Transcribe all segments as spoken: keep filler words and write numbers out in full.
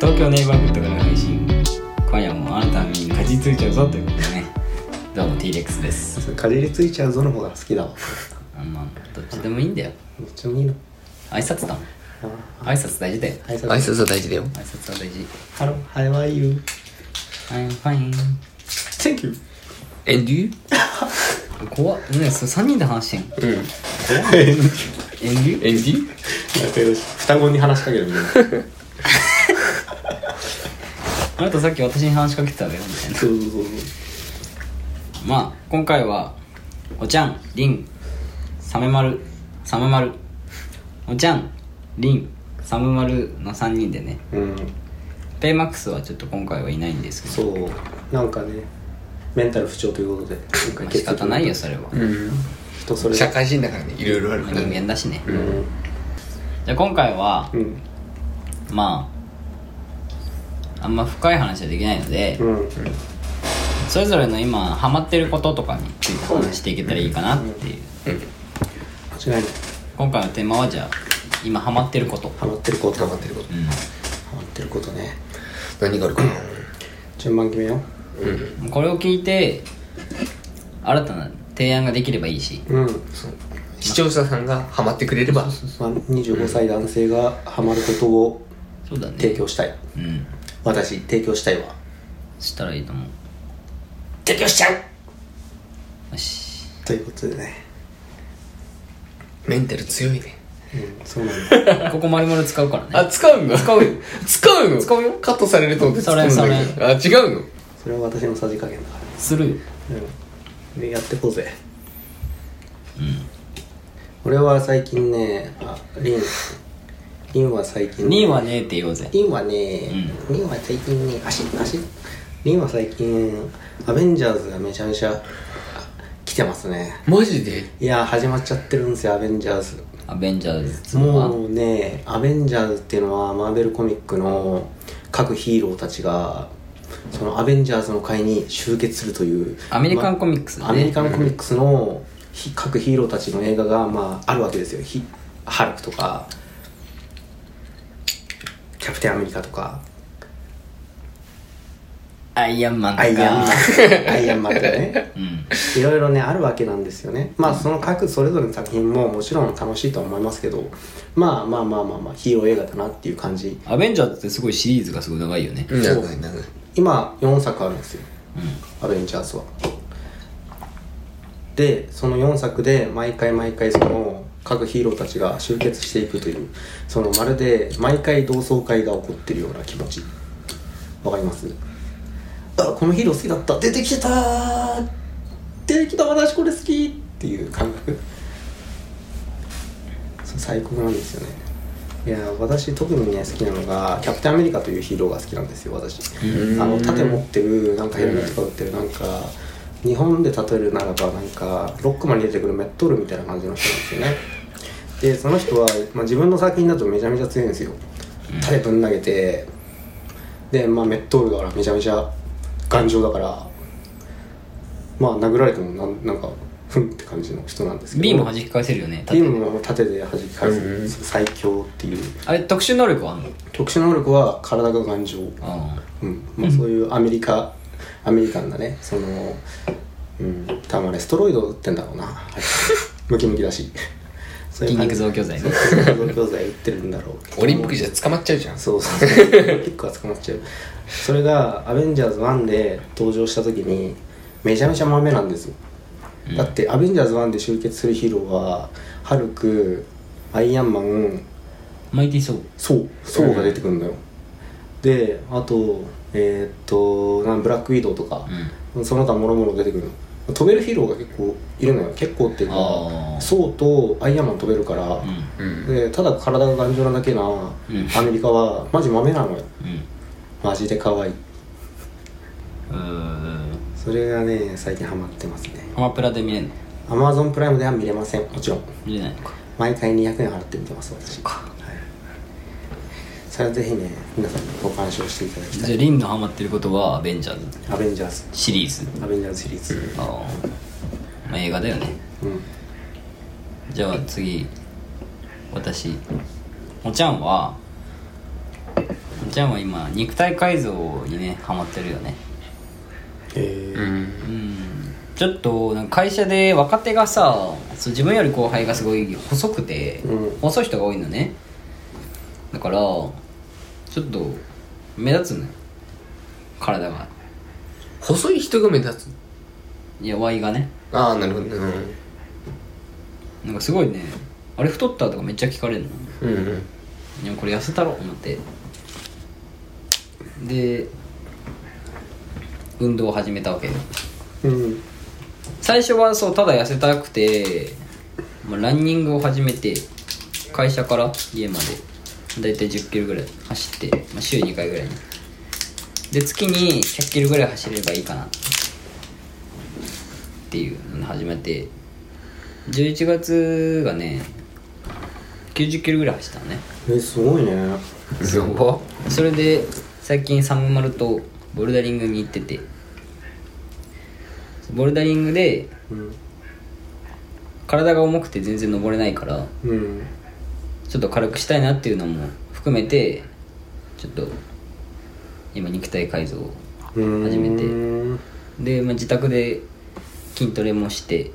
東京ネイバーフッドから配信。今夜もあなたの身にかじりついちゃうぞということでね。どうも T レックスです。 かじりついちゃうぞの方が好きだわ。 あまあどっちでもいいんだよ。 どっちもいいの。 挨拶だもん。挨拶大事だよ。 挨拶挨拶は大事だよ。 挨拶は大事。 Hello, how are you? I'm fine. Thank you. And you? 怖っね。それさんにんで話してん。 うん。 怖っエンデュ And you? 双子に話しかけるみたいな。 あなたさっき私に話しかけてたわよみたいな。 そうそうそうそう。 まあ今回はおちゃん、りん、サメマル、サメマル、おちゃん、りん、サムマルのさんにんでね。 うんペイマックスはちょっと今回はいないんですけど、 そうなんかねメンタル不調ということで今回仕方ないよそれは、 うん。 人それぞ社会人だからね、いろいろあるから人ね。 間だしね、 れうんじゃあ今回はうんまああんま深い話はできないので、 うんそれぞれの今ハマってることとかについて話していけたらいいかなっていう、 間違いない。 今回のテーマはじゃあ今ハマってることハマってること頑張ってること。 うんハマってることね。 何があるかな。 順番決めようん。 これを聞いて新たな提案ができればいいし、 ううん、 そう。視聴者さんがハマってくれれば。 まあ、にじゅうごさい男性がハマることをそうだね提供したい。 うん私提供したいわ。 したらいいと思う。 提供しちゃうよしということでね。 メンタル強いね。 うんそうなんだ。 ここ丸々使うからね。 あ、使うの？ 使うよ。 使うの？ 使うよ。 カットされると思って使うんだけど。 それそれあ、違うの？ それは私のさじ加減だかするよ。 ら。うんでやってこうぜ。 うん俺は最近ね、あ、リンリンは最近にいはねえって言おうぜ。 リンはね、リンは最近ね、足足リンは最近アベンジャーズがめちゃめちゃ来てますね。 マジで？ いや始まっちゃってるんですよ、アベンジャーズ。 アベンジャーズツーはもうね、アベンジャーズっていうのはマーベルコミックの各ヒーローたちがそのアベンジャーズの会に集結するというアメリカンコミックスだね。 アメリカンコミックスのひ各ヒーローたちの映画が、まあ、あるわけですよ。ヒハルクとかキャプテンアメリカとかアイアンマンとかアイアンマンアイアンマンとかねうんいろいろねあるわけなんですよね。まあその各それぞれの作品ももちろん楽しいとは思いますけど、まあまあまあまあまあヒーロー映画だなっていう感じ。 アベンジャーズってすごいシリーズがすごい長いよね。 うん。長い長い。 今よんさくあるんですよ、 うんアベンジャーズは。でそのよんさくで毎回毎回その各ヒーローたちが集結していくという、そのまるで毎回同窓会が起こってるような気持ち。わかります？あ、このヒーロー好きだった、出てきたー出てきた、私これ好きっていう感覚。そう最高なんですよね。いや私特にね好きなのがキャプテンアメリカというヒーローが好きなんですよ私。あの盾持ってるなんかヘルメットかぶってるなんか日本で例えるならばなんかロックマンに出てくるメットールみたいな感じの人なんですよね。でその人は、まあ、自分の作品だとめちゃめちゃ強いんですよ。盾ぶん投げてで、まあ、メットールだからめちゃめちゃ頑丈だからまあ殴られてもなんなんかふんって感じの人なんですけど、 ビーム弾き返せるよね。 ビームも盾で弾き返す、 うん最強っていう。 あれ特殊能力はあんの？ 特殊能力は体が頑丈。 あうんまあ、そういうアメリカアメリカンなねそのうん多分あれストロイド打ってんだろうなムキムキだしそういう感じ筋肉増強剤ね。 筋肉増強剤打ってるんだろう。 オリンピックじゃ捕まっちゃうじゃん。 そうそうそうオリンピックは捕まっちゃう。それがアベンジャーズワンで登場した時にめちゃめちゃ豆なんですよ。だってアベンジャーズワンで集結するヒーローはハルク、アイアンマン、 マイティーソー。 ソウソウが出てくるんだよ、であとえー、っとなんブラックウィドウとか、その他もろもろ出てくるの。飛べるヒーローが結構いるのよ。結構っていうかあーソウとアイアンマン飛べるから、 うんうん。 でただ体が頑丈なだけな、 んアメリカはマジ豆なのよ。 うんマジで可愛い。 うーんそれがね最近ハマってますね。 アマプラで見れんの？ アマゾンプライムでは見れません。もちろん見れないのか。 毎回にひゃくえん払って見てます私。はい、それはぜひね皆さんにご鑑賞していただきたい。 じゃあリンのハマってることはアベンジャーズアベンジャーズシリーズ。 アベンジャーズシリーズ。 ああ、まあ、映画だよね。 うんじゃあ次私おちゃんはおちゃんは今肉体改造にねハマってるよね。 へえうんうんちょっとなんか会社で若手がさ、そう自分より後輩がすごい細くて、 うん細い人が多いのね。だからちょっと目立つのよ体が。 細い人が目立つ。 いや Y がね、 ああなるほどね。 なんかすごいね、あれ太ったとかめっちゃ聞かれるの。 うんうんいやこれ痩せたろ思ってで運動を始めたわけよ。 うん最初はそうただ痩せたくて、まあ、ランニングを始めて会社から家までだいたいじゅっキロぐらい走って、まあ、週にかいぐらいねで月にひゃっキロぐらい走ればいいかなっていうのを始めて、じゅういちがつがねきゅうじゅっキロぐらい走ったのね。 えすごいね。 やば。 それで最近サムマルとボルダリングに行ってて、ボルダリングでうん体が重くて全然登れないからうんちょっと軽くしたいなっていうのも含めてちょっと今肉体改造を始めてうんで、まあ、自宅で筋トレもして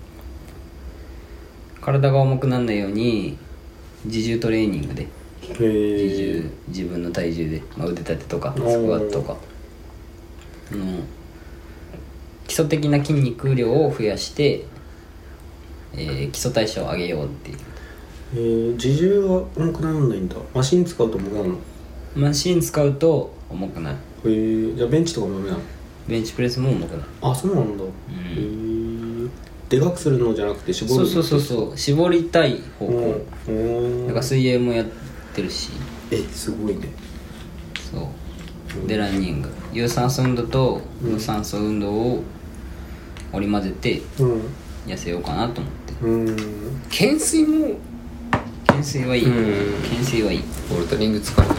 体が重くならないように自重トレーニングでへ自え重自分の体重で、まあ、腕立てとかスクワットとかあの基礎的な筋肉量を増やして、えー基礎代謝を上げようっていう。 えー、自重は重くならないんだ。マシン使うと重くなるの？ マシン使うと重くなる。 へえじゃあベンチとかもダメなの？ ベンチプレスも重くなる。 あそうなんだ、へえでかくするのじゃなくて絞るそうそうそうそう絞りたい方う向。 んだから水泳もやってるし、 えすごいね。 そうでランニング有酸素運動と無酸素運動を織り交ぜてうん痩せようかなと思って。 うん懸垂も懸垂はいい。 うん懸垂はいい。 ボルダリング使うんだよ。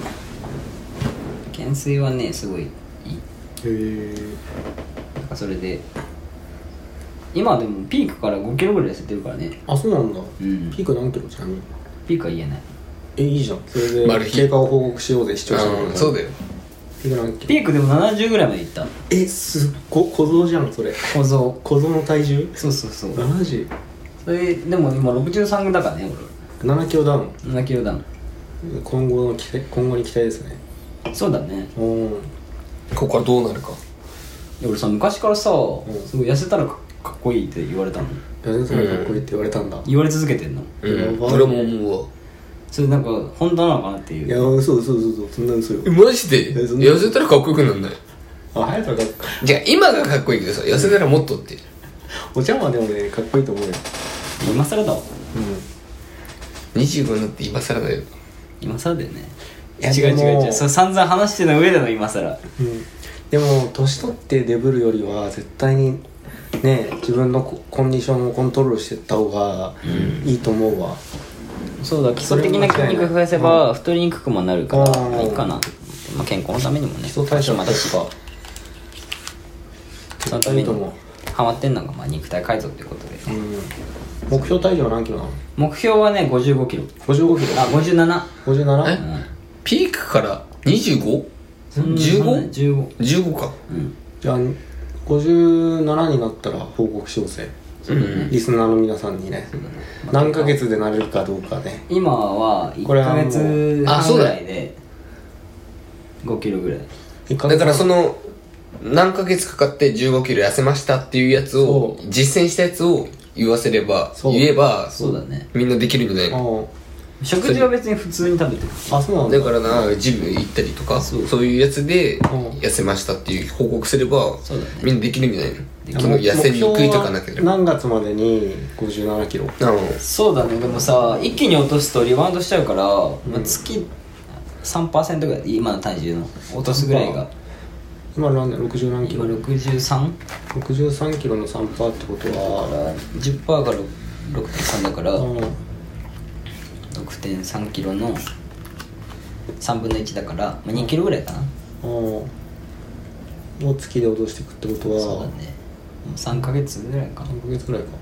懸垂はねすごいいい。 へえなんかそれで今でもピークからごキロぐらい痩せてるからね。 あそうなんだ、 うんピーク何キロちなみに？ ピークは言えない。 えいいじゃんそれマル秘で経過を報告しようぜ視聴者のうんそうだよ。 ピーク何キロ？ ピークでもななじゅうぐらいまでいった。 えすっご小僧じゃんそれ。 小僧。 小僧の体重そうそうそう。 ななじゅそれでも今ろくじゅうさんだからねうななキロダウン。 俺ななキロダウン。 今後の期待今後に期待ですね。 そうだね。 うんここからどうなるか。 で俺さ昔からさ、 んすごい痩せたらかかっこいいって言われたの。 痩せたらかっこいいって言われたんだ、 言われ続けてんの。 うんやばいね俺も思うわ。 それなんか本当なのかなっていう。 いや嘘嘘嘘嘘そんな嘘よ。 えマジでえそんな痩せたらかっこよくなんない？ あ早田かっこじゃあ今がかっこいいけどさ、痩せたらもっとって。 お茶はでもねかっこいいと思うよ。 今更だわ。 うんにじゅうごになって今更だよ。 今更だよね。 いや違う違うでも違う。それ散々話しての上での今更。 うんでも年取ってデブるよりは絶対にね自分のココンディションをコントロールしていった方がいいと思うわ、 そうだ基礎的な筋肉増やせば太りにくくもなるからうんいいかな。まあ健康のためにもね。 基礎代謝もだしかそのためにいいと思ハマってんのがまあ肉体改造っていうことで。 うん目標体重は何キロなの？ 目標はねごじゅうごキロ。 ごじゅうごキロあごじゅうなな。 ごじゅうなな？ えピークから にじゅうご？じゅうご？ じゅうご。 じゅうごか。 うんじゃあごじゅうななになったら報告しようぜ、リスナーの皆さんにね何ヶ月でなれるかどうかね。 今はいっこれはもうかげつはんぐあそうだらいでごキロぐらい。 だからその何ヶ月かかってじゅうごキロ痩せましたっていうやつをそう実践したやつを言わせればそう言えばそうだね。 みんなできるんじゃないあの？ 食事は別に普通に食べてる。 ああそうなんだ。 だからなジム行ったりとかそうそういうやつでん痩せましたっていう報告すればそうだねみんなできるんじゃないの？ でその痩せにくいとかなければ。 何月までにごじゅうななキロ？ なのそうだね。でもさ一気に落とすとリバウンドしちゃうから、まあ、月 さんパーセント ぐらい今の体重の落とすぐらいが今何ろくじゅう何キロ？ 今ろくじゅうさん？ ろくじゅうさんキロの さんパーセント ってことだはから じゅっパーセント が ろくてんさん だからうんろくてんさんキロのさんぶんのいちだから、まあ、にキロぐらいかな。 うんを月で落としていくってことはそうだね。もうさんかげつぐらいかさんかげつぐらいか。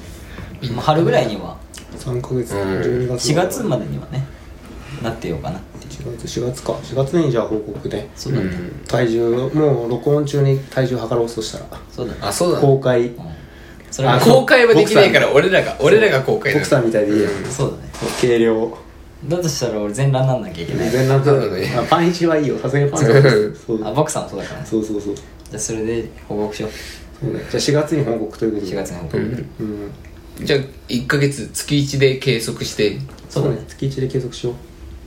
もう春ぐらいにはさんかげつうんじゅうにがつしがつまでにはねなってようかな。 しがつしがつかしがつにじゃあ報告でそうだね、 体重もう録音中に体重測ろうとしたらそうだねあそうだね公開うんそれはあ公開はできないから俺らが俺らが公開だボクサーみたいでいいやんそうだね軽量だとしたら俺全裸になんなきゃいけない全然そうだねあパンいちはいいよさすがにパンいちはそうあボクサーもそうだからねそうそうそうじゃあそれで報告しようそうねじゃあしがつに報告ということでしがつに報告、 うんじゃあいっかげつ月いちで計測してそうだね月いちで継続しよ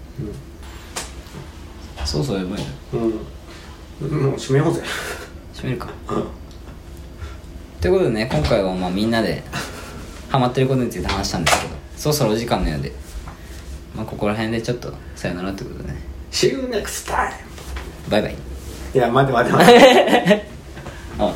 そうそうやばいなううんもう締めようぜ閉めるかということでね今回はまあみんなでハマってることについて話したんですけどそろそろお時間のようでまあここら辺でちょっとさよならってことでね See you next time バイバイいや待って待って待ってあ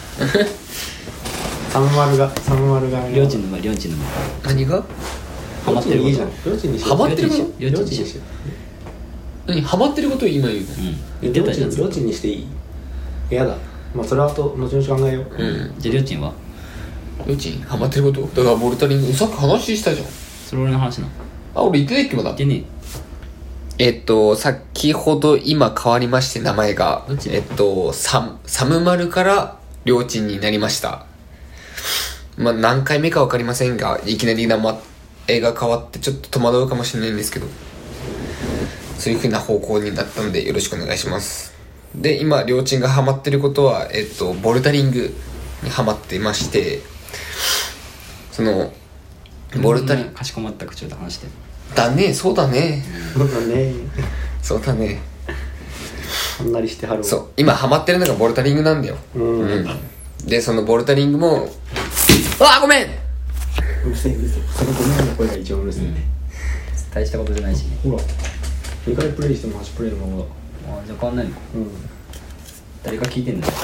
サムマルがサムマルがりょうちんの前りょうちんの前何がハマってることいいじゃんりょうちんにしようハマってることりょうちんにしようりょうちんにしよ何ハマってることを今言うのうんう言ってたじゃんりょうちんにしていいやだまあそれはあと後々考えよううんじゃありょうちんはりょうちんハマってることだからボルタリングさっき話したじゃんそれ俺の話なあ俺言ってないっけまだ言ってねえっと先ほど今変わりまして名前がどっちえっとサムサムマルからりょうちんになりましたまあ何回目か分かりませんがいきなり名前が変わってちょっと戸惑うかもしれないんですけどそういう風な方向になったのでよろしくお願いしますで今りょうちんがハマってることはえっとボルダリングにハマってましてそのボルタリングかしこまった口調で話してだねそうだねそうだねそうだねほんなりしてはるわそう今ハマってるのがボルダリングなんだようんでそのボルダリングもあーごめんうるせえうるせえそのごめんの声が一番うるせえね大したことじゃないしねほらにかいプレイしてもはちプレイのままだあじゃあ変わんないのかうん誰か聞いてんだよ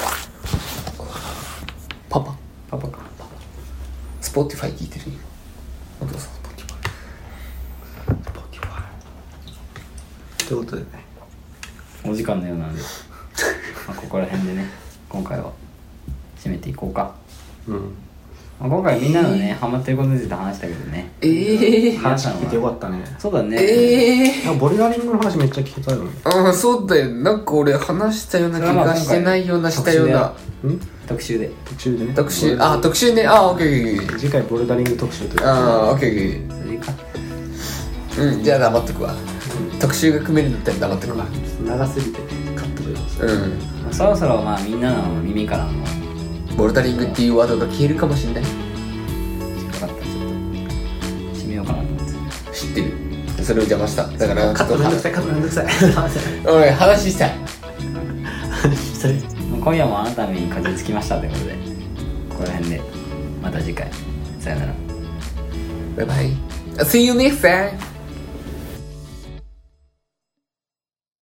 パパパパかスポティファイ聞いてるよお父さんスポティファイということでねお時間のようなのでまあここら辺でね今回は締めていこうか、 うんまあ、今回みんなのねハマってることについて話したけどねええ話したの聞いてよはかったねそうだねええなんかボルダリングの話めっちゃ聞けたよねああそうだよなんか俺話したような気がしてないようなしたようなうん特集で特集でね特集あ特集ねあオッケーオッケーオッケ次回ボルダリング特集というーあーオッケーオッケーそれでいいかうんじゃあ黙っとくわ特集が組めるんだったら黙っとくわ長すぎてカットでうんまあそろそろまあみんなの耳からのボルダリングっていうワードが消えるかもしれない引っかかったらちょっと締めようかなと思って知ってるそれを邪魔しただからカットめんどくさいカットめんどくさいおい話したいまあ今夜もあなたの身に風邪つきましたということでここら辺でまた次回さよならバイバイ See you next time